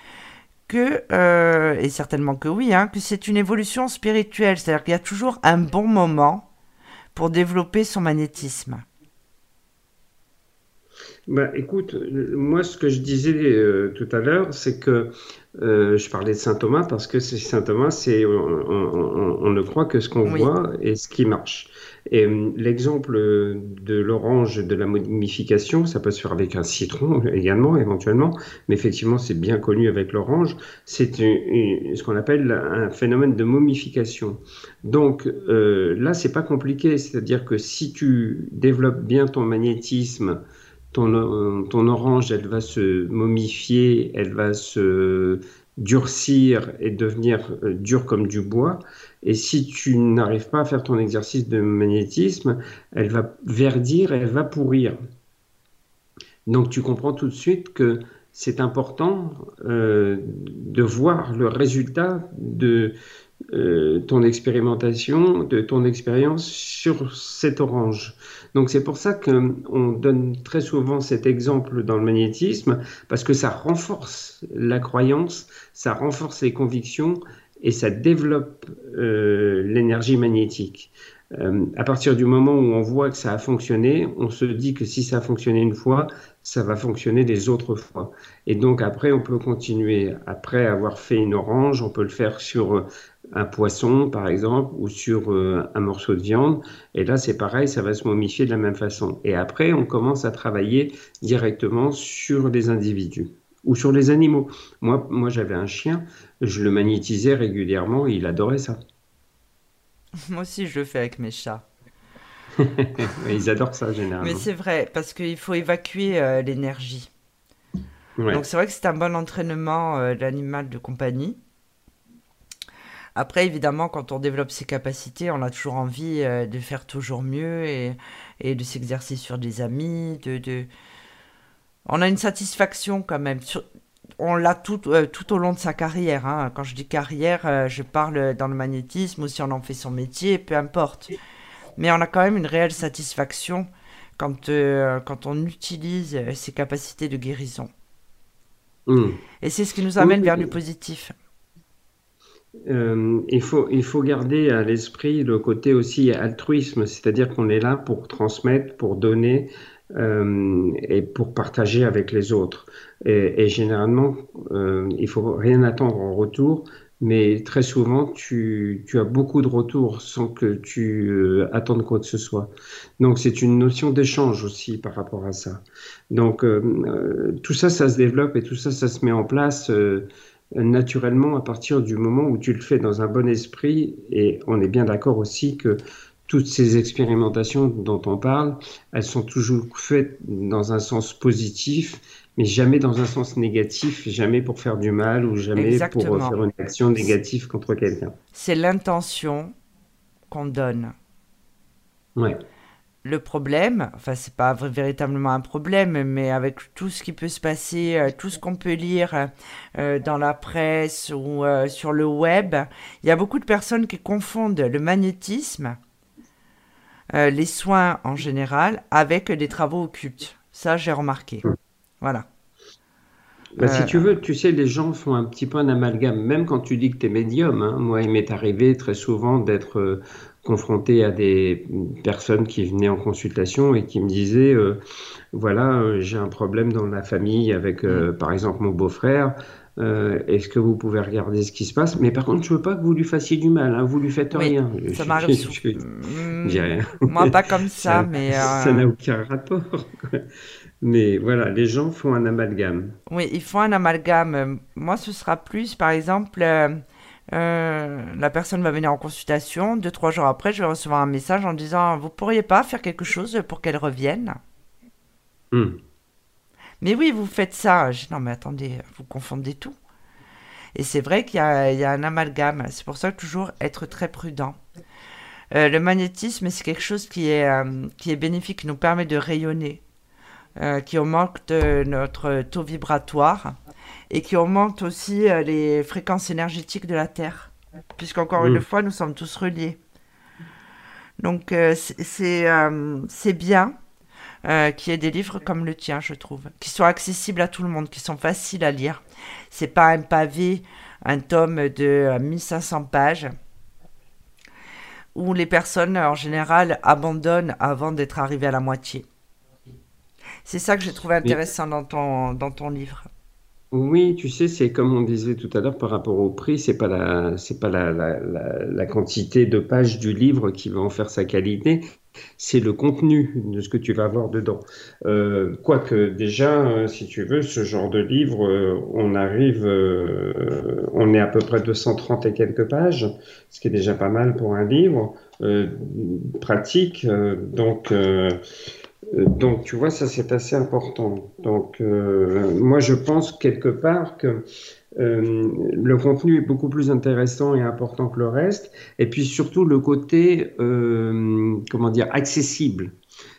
et certainement que oui, hein, que c'est une évolution spirituelle, c'est-à-dire qu'il y a toujours un bon moment pour développer son magnétisme. Bah, écoute, moi, ce que je disais tout à l'heure, c'est que je parlais de Saint Thomas parce que Saint Thomas, on ne croit que ce qu'on Oui, voit et ce qui marche. Et l'exemple de l'orange, de la momification, ça peut se faire avec un citron également, éventuellement, mais effectivement, c'est bien connu avec l'orange. C'est ce qu'on appelle un phénomène de momification. Donc là, c'est pas compliqué, c'est-à-dire que si tu développes bien ton magnétisme, ton orange, elle va se momifier, elle va se durcir et devenir dure comme du bois. Et si tu n'arrives pas à faire ton exercice de magnétisme, elle va verdir, elle va pourrir. Donc tu comprends tout de suite que c'est important de voir le résultat de ton expérimentation, de ton expérience sur cette orange. Donc c'est pour ça qu'on donne très souvent cet exemple dans le magnétisme, parce que ça renforce la croyance, ça renforce les convictions et ça développe l'énergie magnétique. À partir du moment où on voit que ça a fonctionné, on se dit que si ça a fonctionné une fois, ça va fonctionner des autres fois. Et donc après, on peut continuer. Après avoir fait une orange, on peut le faire sur un poisson, par exemple, ou sur un morceau de viande. Et là, c'est pareil, ça va se momifier de la même façon. Et après, on commence à travailler directement sur les individus ou sur les animaux. Moi j'avais un chien, je le magnétisais régulièrement et il adorait ça. moi aussi je le fais avec mes chats. Ils adorent ça Mais généralement. c'est vrai, parce qu'il faut évacuer l'énergie. Donc Ouais. c'est vrai que c'est un bon entraînement de l'animal de compagnie. Après, évidemment, quand on développe ses capacités, on a toujours envie de faire toujours mieux et de s'exercer sur des amis. On a une satisfaction quand même. On l'a tout au long de sa carrière, hein. Quand je dis carrière, je parle dans le magnétisme ou si on en fait son métier, peu importe. Mais on a quand même une réelle satisfaction quand on utilise ses capacités de guérison. Hmm. Et c'est ce qui nous Oui, amène vers du oui. positif. Il faut garder à l'esprit le côté aussi altruisme, c'est-à-dire qu'on est là pour transmettre, pour donner et pour partager avec les autres. Et généralement, il faut rien attendre en retour, mais très souvent, tu as beaucoup de retours sans que tu attendes quoi que ce soit. Donc, c'est une notion d'échange aussi par rapport à ça. Donc, tout ça, ça se développe et tout ça, ça se met en place. Naturellement à partir du moment où tu le fais dans un bon esprit, et on est bien d'accord aussi que toutes ces expérimentations dont on parle, elles sont toujours faites dans un sens positif, mais jamais dans un sens négatif, jamais pour faire du mal ou jamais pour Exactement. faire une action C- négative contre quelqu'un. C'est l'intention qu'on donne. Ouais. Le problème, enfin c'est pas véritablement un problème, mais avec tout ce qui peut se passer, tout ce qu'on peut lire dans la presse ou sur le web, il y a beaucoup de personnes qui confondent le magnétisme, les soins en général, avec des travaux occultes. Ça, j'ai remarqué. Voilà. Bah, si Euh, tu veux, tu sais, les gens font un petit peu un amalgame, même quand tu dis que tu es médium, hein. Moi, il m'est arrivé très souvent d'être confronté à des personnes qui venaient en consultation et qui me disaient, voilà, j'ai un problème dans la famille avec, mm, par exemple, mon beau-frère. Est-ce que vous pouvez regarder ce qui se passe? Mais par contre, je veux pas que vous lui fassiez du mal, hein, vous lui faites oui, rien. ça m'arrive souvent. Je dis rien. Moi, pas comme ça, Ça, mais ça n'a aucun rapport, quoi. Mais voilà, les gens font un amalgame. oui, ils font un amalgame. Moi, ce sera plus, par exemple, la personne va venir en consultation. 2, 3 jours après, je vais recevoir un message en disant, vous pourriez pas faire quelque chose pour qu'elle revienne? Hmm. Mais oui, vous faites ça. Je dis, non, mais attendez, vous confondez tout. Et c'est vrai qu'il y a un amalgame. C'est pour ça que toujours être très prudent. Le magnétisme, c'est quelque chose qui est bénéfique, qui nous permet de rayonner, qui augmente notre taux vibratoire et qui augmente aussi les fréquences énergétiques de la Terre. Puisqu'encore une Hmm. fois, nous sommes tous reliés. Donc c'est bien qu'il y ait des livres comme le tien, je trouve, qui soient accessibles à tout le monde, qui sont faciles à lire. C'est pas un pavé, un tome de 1500 pages où les personnes en général abandonnent avant d'être arrivées à la moitié. C'est ça que j'ai trouvé Mais intéressant dans ton livre. oui, tu sais, c'est comme on disait tout à l'heure par rapport au prix, c'est pas la quantité de pages du livre qui va en faire sa qualité, c'est le contenu de ce que tu vas avoir dedans. Quoique déjà, si tu veux, ce genre de livre, on est à peu près 230 et quelques pages, ce qui est déjà pas mal pour un livre euh, pratique. Donc, tu vois, ça c'est assez important. Donc, moi je pense quelque part que le contenu est beaucoup plus intéressant et important que le reste. Et puis surtout le côté, comment dire, accessible.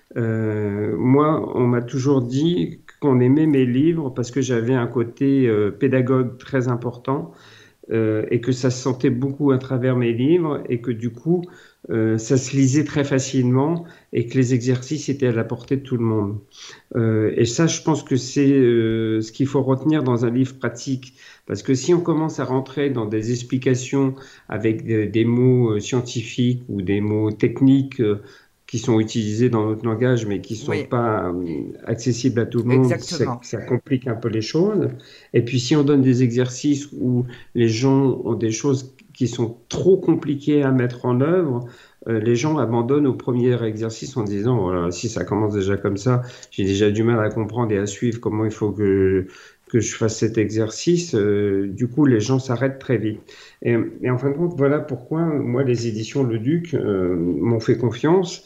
Moi, on m'a toujours dit qu'on aimait mes livres parce que j'avais un côté pédagogue très important et que ça se sentait beaucoup à travers mes livres et que du coup, ça se lisait très facilement et que les exercices étaient à la portée de tout le monde. Et ça, je pense que c'est ce qu'il faut retenir dans un livre pratique. Parce que si on commence à rentrer dans des explications avec des mots scientifiques ou des mots techniques qui sont utilisés dans notre langage mais qui sont Oui, pas accessibles à tout le monde, exactement. ça complique un peu les choses. Et puis si on donne des exercices où les gens ont des choses qui sont trop compliquées à mettre en œuvre, les gens abandonnent au premier exercice en disant, voilà, si ça commence déjà comme ça, j'ai déjà du mal à comprendre et à suivre comment il faut que je fasse cet exercice. Du coup, les gens s'arrêtent très vite. Et en fin de compte, voilà pourquoi moi, les éditions Le Duc m'ont fait confiance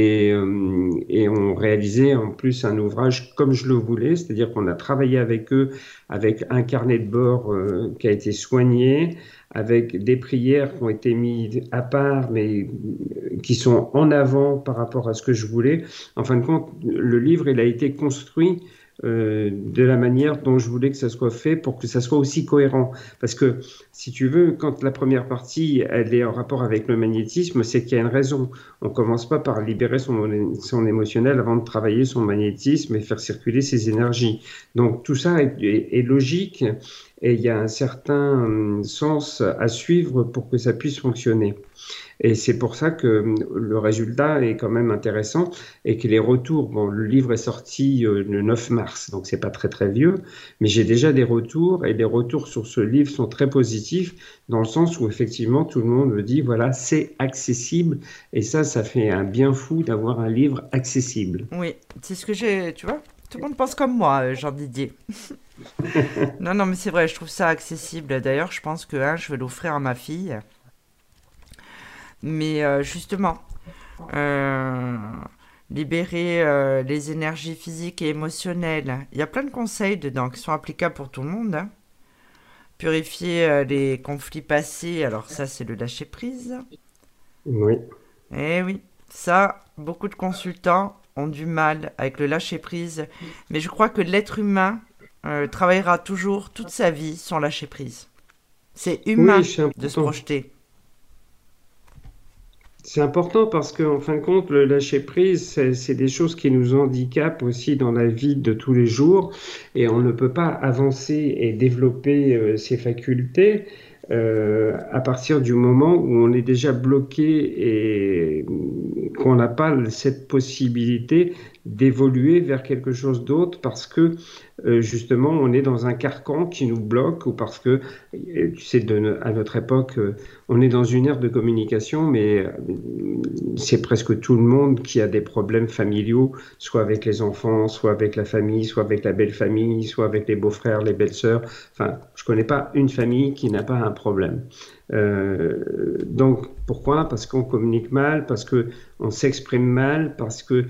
et ont réalisé en plus un ouvrage comme je le voulais, c'est-à-dire qu'on a travaillé avec eux avec un carnet de bord qui a été soigné, avec des prières qui ont été mises à part, mais qui sont en avant par rapport à ce que je voulais. En fin de compte, le livre, il a été construit de la manière dont je voulais que ça soit fait pour que ça soit aussi cohérent. Parce que, si tu veux, quand la première partie, elle est en rapport avec le magnétisme, c'est qu'il y a une raison. On commence pas par libérer son émotionnel avant de travailler son magnétisme et faire circuler ses énergies. Donc, tout ça est logique et il y a un certain sens à suivre pour que ça puisse fonctionner. Et c'est pour ça que le résultat est quand même intéressant et que les retours, bon, le livre est sorti le 9 mars, donc c'est pas très très vieux, mais j'ai déjà des retours et les retours sur ce livre sont très positifs dans le sens où effectivement tout le monde me dit voilà, c'est accessible et ça fait un bien fou d'avoir un livre accessible. Oui, c'est ce que j'ai, tu vois. Tout le monde pense comme moi, Jean Didier. Non, non, mais c'est vrai, je trouve ça accessible. D'ailleurs, je pense que je vais l'offrir à ma fille. Mais justement, euh, libérer les énergies physiques et émotionnelles. Il y a plein de conseils dedans qui sont applicables pour tout le monde, hein. Purifier les conflits passés, alors ça c'est le lâcher prise. Oui. Eh oui, ça, beaucoup de consultants ont du mal avec le lâcher prise. Mais je crois que l'être humain travaillera toujours toute sa vie sans lâcher prise. C'est Oui, humain c'est de se important. projeter. C'est important parce qu'en fin de compte, le lâcher prise, c'est des choses qui nous handicapent aussi dans la vie de tous les jours et on ne peut pas avancer et développer ses facultés à partir du moment où on est déjà bloqué et qu'on n'a pas cette possibilité d'évoluer vers quelque chose d'autre parce que justement on est dans un carcan qui nous bloque ou parce que, tu sais, à notre époque, on est dans une ère de communication, mais c'est presque tout le monde qui a des problèmes familiaux, soit avec les enfants, soit avec la famille, soit avec la belle famille, soit avec les beaux-frères, les belles-sœurs. Enfin, je connais pas une famille qui n'a pas un problème. Donc, pourquoi? Parce qu'on communique mal, parce que on s'exprime mal, parce que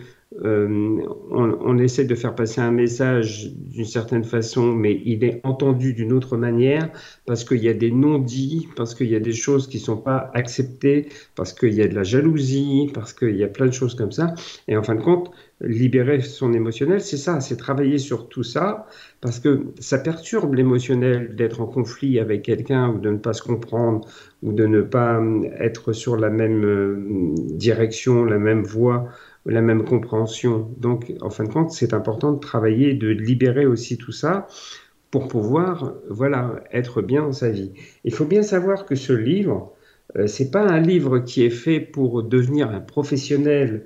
on essaie de faire passer un message d'une certaine façon, mais il est entendu d'une autre manière, parce qu'il y a des non-dits, parce qu'il y a des choses qui ne sont pas acceptées, parce qu'il y a de la jalousie, parce qu'il y a plein de choses comme ça. Et en fin de compte, libérer son émotionnel, c'est ça, c'est travailler sur tout ça, parce que ça perturbe l'émotionnel d'être en conflit avec quelqu'un ou de ne pas se comprendre ou de ne pas être sur la même direction, la même voie, la même compréhension. Donc, en fin de compte, c'est important de travailler, de libérer aussi tout ça pour pouvoir, voilà, être bien dans sa vie. Il faut bien savoir que ce livre, c'est pas un livre qui est fait pour devenir un professionnel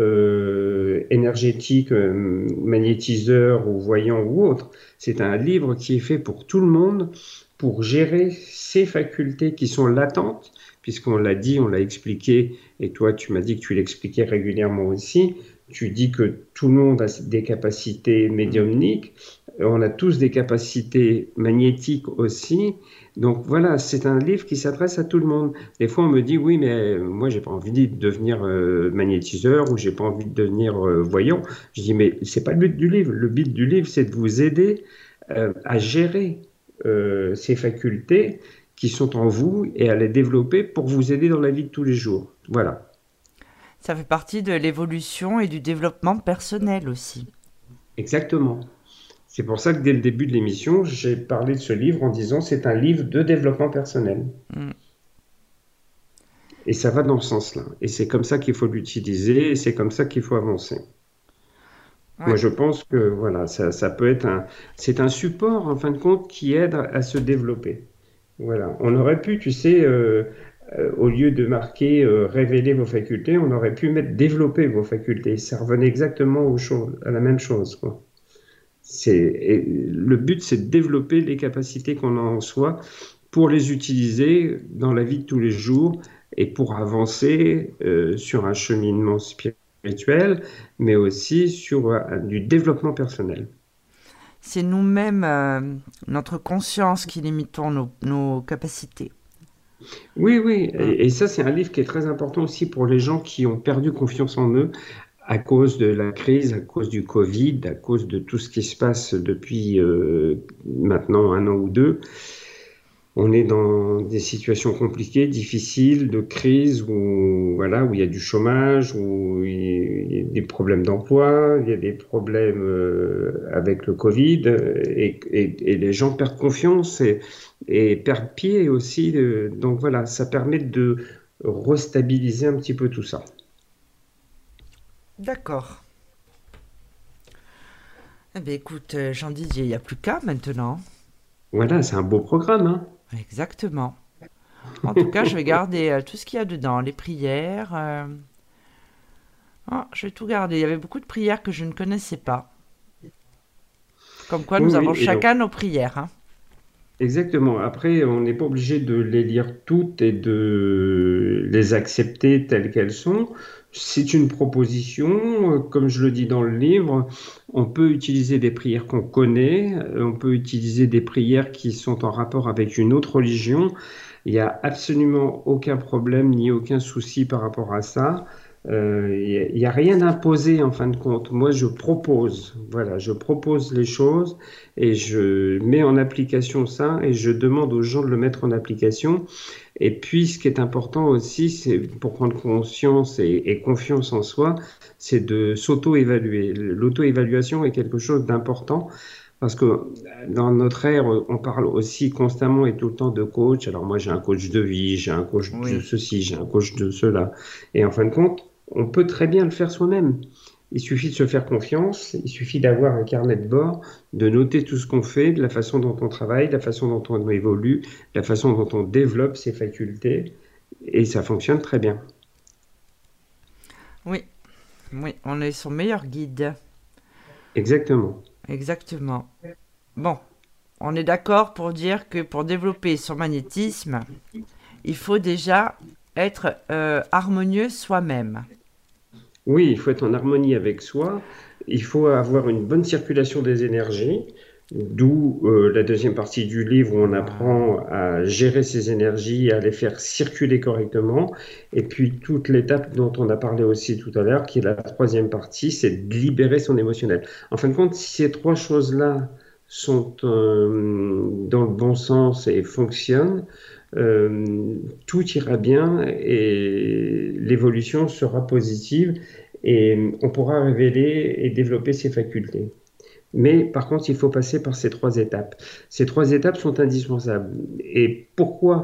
énergétique, magnétiseur ou voyant ou autre. C'est un livre qui est fait pour tout le monde, pour gérer ses facultés qui sont latentes, puisqu'on l'a dit, on l'a expliqué, et toi tu m'as dit que tu l'expliquais régulièrement aussi. Tu dis que tout le monde a des capacités médiumniques, on a tous des capacités magnétiques aussi. Donc voilà, c'est un livre qui s'adresse à tout le monde. Des fois, on me dit, oui, mais moi, j'ai pas envie de devenir magnétiseur ou j'ai pas envie de devenir voyant. Je dis, mais c'est pas le but du livre. Le but du livre, c'est de vous aider à gérer ces facultés qui sont en vous et à les développer pour vous aider dans la vie de tous les jours. Voilà. Ça fait partie de l'évolution et du développement personnel aussi. Exactement. C'est pour ça que dès le début de l'émission, j'ai parlé de ce livre en disant c'est un livre de développement personnel. Et ça va dans ce sens-là. Et c'est comme ça qu'il faut l'utiliser et c'est comme ça qu'il faut avancer. Ouais. Moi, je pense que voilà, ça peut être c'est un support en fin de compte qui aide à se développer. Voilà. On aurait pu, tu sais, au lieu de marquer révéler vos facultés, on aurait pu mettre développer vos facultés. Ça revenait exactement à la même chose, quoi. Le but, c'est de développer les capacités qu'on a en soi pour les utiliser dans la vie de tous les jours et pour avancer sur un cheminement spirituel, mais aussi sur du développement personnel. C'est nous-mêmes, notre conscience qui limitons nos capacités. Oui, oui, et ça, c'est un livre qui est très important aussi pour les gens qui ont perdu confiance en eux à cause de la crise, à cause du Covid, à cause de tout ce qui se passe depuis maintenant 1 an ou 2. On est dans des situations compliquées, difficiles, de crise, où il y a du chômage, où il y a des problèmes d'emploi, il y a des problèmes avec le Covid, et les gens perdent confiance et perdent pied aussi. Donc voilà, ça permet de restabiliser un petit peu tout ça. D'accord. Eh bien, écoute, Jean-Didier, il n'y a plus qu'à maintenant. Voilà, c'est un beau programme, hein. Exactement. En tout cas, je vais garder tout ce qu'il y a dedans, les prières. Je vais tout garder. Il y avait beaucoup de prières que je ne connaissais pas. Comme quoi, nous avons chacun nos prières. Hein. Exactement. Après, on n'est pas obligé de les lire toutes et de les accepter telles qu'elles sont. C'est une proposition. Comme je le dis dans le livre, on peut utiliser des prières qu'on connaît. On peut utiliser des prières qui sont en rapport avec une autre religion. Il n'y a absolument aucun problème ni aucun souci par rapport à ça. Il n'y a rien d'imposé en fin de compte. Moi, je propose les choses et je mets en application ça et je demande aux gens de le mettre en application. Et puis, ce qui est important aussi, c'est pour prendre conscience et confiance en soi, c'est de s'auto-évaluer. L'auto-évaluation est quelque chose d'important Parce que dans notre ère, on parle aussi constamment et tout le temps de coach. Alors moi, j'ai un coach de vie, j'ai un coach de Oui, ceci, j'ai un coach de cela. Et en fin de compte, on peut très bien le faire soi-même. Il suffit de se faire confiance, il suffit d'avoir un carnet de bord, de noter tout ce qu'on fait, de la façon dont on travaille, de la façon dont on évolue, de la façon dont on développe ses facultés. Et ça fonctionne très bien. oui, oui, on est son meilleur guide. Exactement. Exactement. Bon, on est d'accord pour dire que pour développer son magnétisme, il faut déjà être harmonieux soi-même. Oui, il faut être en harmonie avec soi, il faut avoir une bonne circulation des énergies, d'où la deuxième partie du livre où on Voilà. apprend à gérer ses énergies, à les faire circuler correctement, et puis toute l'étape dont on a parlé aussi tout à l'heure, qui est la troisième partie, c'est de libérer son émotionnel. En fin de compte, si ces trois choses-là sont dans le bon sens et fonctionnent, tout ira bien et l'évolution sera positive et on pourra révéler et développer ses facultés. Mais par contre, il faut passer par ces trois étapes. Ces trois étapes sont indispensables. Et pourquoi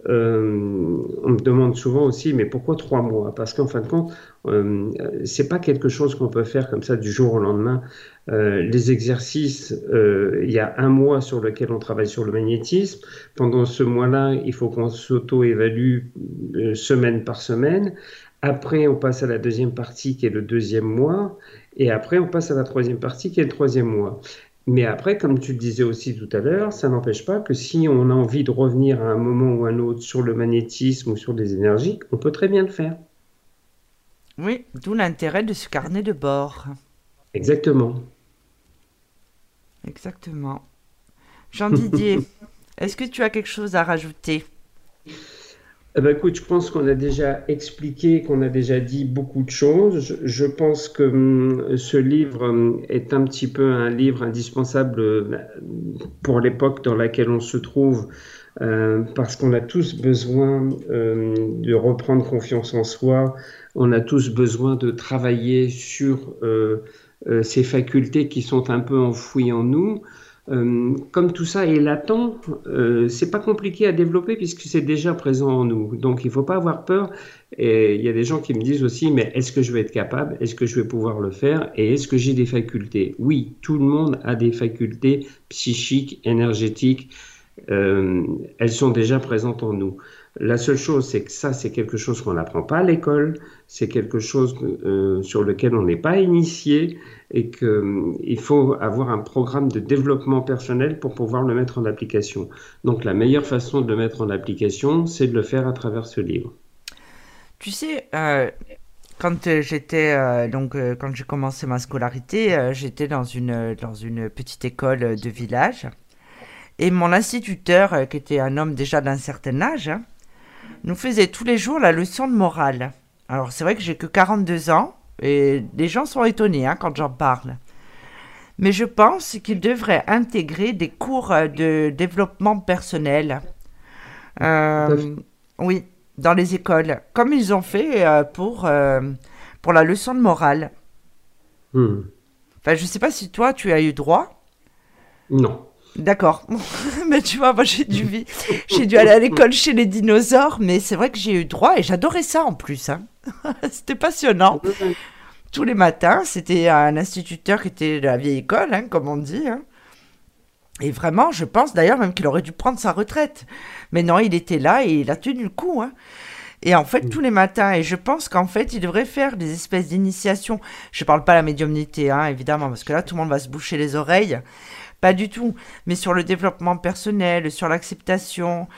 on me demande souvent aussi, mais pourquoi 3 mois? Parce qu'en fin de compte, c'est pas quelque chose qu'on peut faire comme ça du jour au lendemain. Les exercices, il y a un mois sur lequel on travaille sur le magnétisme. Pendant ce mois-là, il faut qu'on s'auto-évalue semaine par semaine. Après, on passe à la deuxième partie qui est le deuxième mois. Et après, on passe à la troisième partie qui est le troisième mois. Mais après, comme tu le disais aussi tout à l'heure, ça n'empêche pas que si on a envie de revenir à un moment ou un autre sur le magnétisme ou sur les énergies, on peut très bien le faire. Oui, d'où l'intérêt de ce carnet de bord. Exactement. Exactement. Jean Didier, est-ce que tu as quelque chose à rajouter? Eh ben, écoute, je pense qu'on a déjà expliqué, qu'on a déjà dit beaucoup de choses. Je pense que ce livre est un petit peu un livre indispensable pour l'époque dans laquelle on se trouve, parce qu'on a tous besoin de reprendre confiance en soi. On a tous besoin de travailler sur ces facultés qui sont un peu enfouies en nous. Comme tout ça est latent, c'est pas compliqué à développer puisque c'est déjà présent en nous. Donc il faut pas avoir peur. Et il y a des gens qui me disent aussi, mais est-ce que je vais être capable? Est-ce que je vais pouvoir le faire? Et est-ce que j'ai des facultés? Oui, tout le monde a des facultés psychiques, énergétiques. Elles sont déjà présentes en nous. La seule chose, c'est que ça, c'est quelque chose qu'on n'apprend pas à l'école, c'est quelque chose sur lequel on n'est pas initié et qu'il faut avoir un programme de développement personnel pour pouvoir le mettre en application. Donc la meilleure façon de le mettre en application, c'est de le faire à travers ce livre. Tu sais, quand j'étais quand j'ai commencé ma scolarité, j'étais dans une petite école de village et mon instituteur, qui était un homme déjà d'un certain âge, hein, nous faisait tous les jours la leçon de morale. Alors c'est vrai que j'ai que 42 ans et les gens sont étonnés, hein, quand j'en parle. Mais je pense qu'il devrait intégrer des cours de développement personnel. Tout à fait. Euh, oui, dans les écoles, comme ils ont fait pour la leçon de morale. Hmm. Enfin, je sais pas si toi, tu as eu droit. Non. D'accord. Mais tu vois, moi, j'ai dû aller à l'école chez les dinosaures, mais c'est vrai que j'ai eu droit et j'adorais ça en plus, hein. C'était passionnant. Tous les matins, c'était un instituteur qui était de la vieille école, hein, comme on dit, hein. Et vraiment, je pense d'ailleurs même qu'il aurait dû prendre sa retraite. Mais non, il était là et il a tenu le coup, hein. Et en fait, tous les matins, et je pense qu'en fait, il devrait faire des espèces d'initiations. Je parle pas de la médiumnité, hein, évidemment, parce que là, tout le monde va se boucher les oreilles. Pas du tout. Mais sur le développement personnel, sur l'acceptation,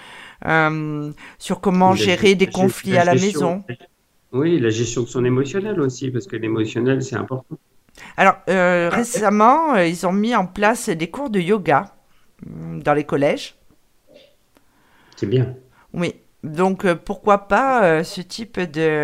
sur comment La, gérer des conflits la à la gestion, maison. oui, la gestion de son émotionnel aussi, parce que l'émotionnel, c'est important. Alors, récemment, ils ont mis en place des cours de yoga dans les collèges. C'est bien. Oui. Donc, pourquoi pas ce type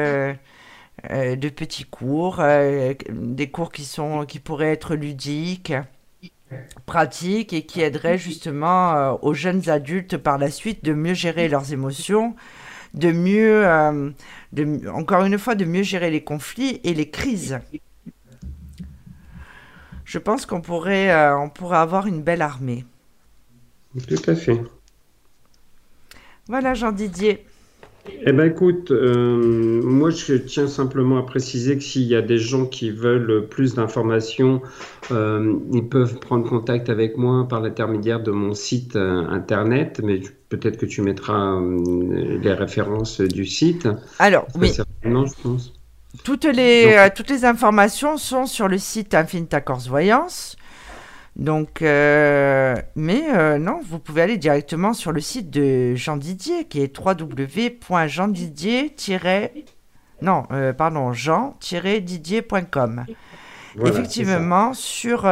de petits cours, des cours qui pourraient être ludiques, pratiques et qui aideraient justement aux jeunes adultes par la suite de mieux gérer leurs émotions, de mieux, encore une fois, de mieux gérer les conflits et les crises. Je pense qu'on pourrait avoir une belle armée. Tout à fait. Voilà, Jean-Didier. Eh ben écoute, moi je tiens simplement à préciser que s'il y a des gens qui veulent plus d'informations, ils peuvent prendre contact avec moi par l'intermédiaire de mon site internet, mais peut-être que tu mettras les références du site. Alors, Très oui, certainement, je pense. toutes Donc, les informations sont sur le site Infinita Corse Voyance. Donc, non, vous pouvez aller directement sur le site de Jean Didier, qui est jean-didier.com. voilà, Effectivement, sur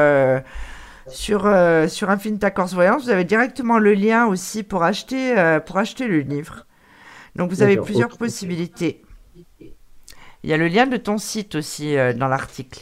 Infinita Corse Voyance, vous avez directement le lien aussi pour acheter le livre. Donc, vous avez plusieurs possibilités. Il y a le lien de ton site aussi dans l'article.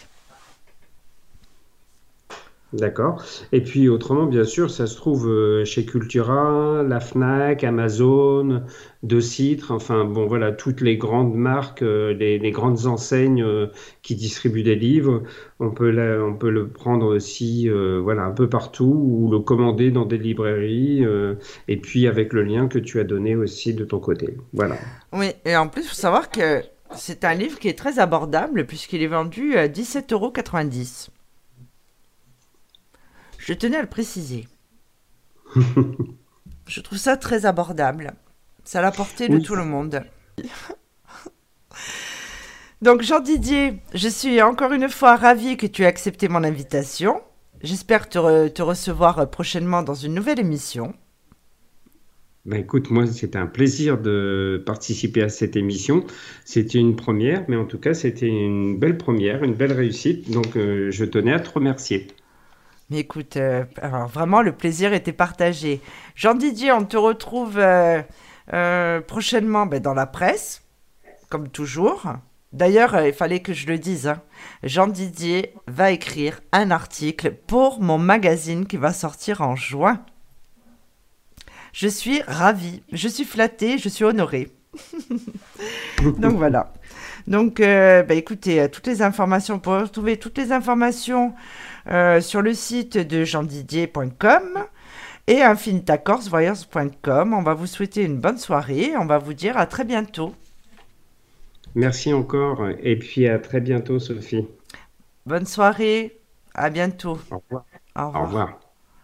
D'accord. Et puis autrement, bien sûr, ça se trouve chez Cultura, la Fnac, Amazon, De Citre, enfin bon, voilà, toutes les grandes marques, les grandes enseignes qui distribuent des livres. On peut le prendre aussi, voilà, un peu partout ou le commander dans des librairies. Et puis avec le lien que tu as donné aussi de ton côté. Voilà. Oui, et en plus, il faut savoir que c'est un livre qui est très abordable puisqu'il est vendu à 17,90 €. Je tenais à le préciser. Je trouve ça très abordable. C'est à la portée de tout le monde. Donc Jean Didier, je suis encore une fois ravie que tu aies accepté mon invitation. J'espère te recevoir prochainement dans une nouvelle émission. Ben écoute, moi, c'était un plaisir de participer à cette émission. C'était une première, mais en tout cas, c'était une belle première, une belle réussite. Donc, je tenais à te remercier. Mais écoute, alors vraiment, le plaisir était partagé. Jean Didier, on te retrouve prochainement dans la presse, comme toujours. D'ailleurs, il fallait que je le dise, hein. Jean Didier va écrire un article pour mon magazine qui va sortir en juin. Je suis ravie, je suis flattée, je suis honorée. Donc voilà. Donc, écoutez, toutes les informations, pour retrouver toutes les informations sur le site de jeandidier.com et infinitacorsevoyance.com. On va vous souhaiter une bonne soirée. On va vous dire à très bientôt. Merci encore et puis à très bientôt, Sophie. Bonne soirée. À bientôt. Au revoir. Au revoir. Au revoir.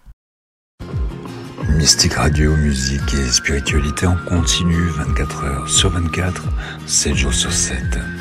Mystique Radio, musique et spiritualité en continu 24 heures sur 24, 7 jours sur 7.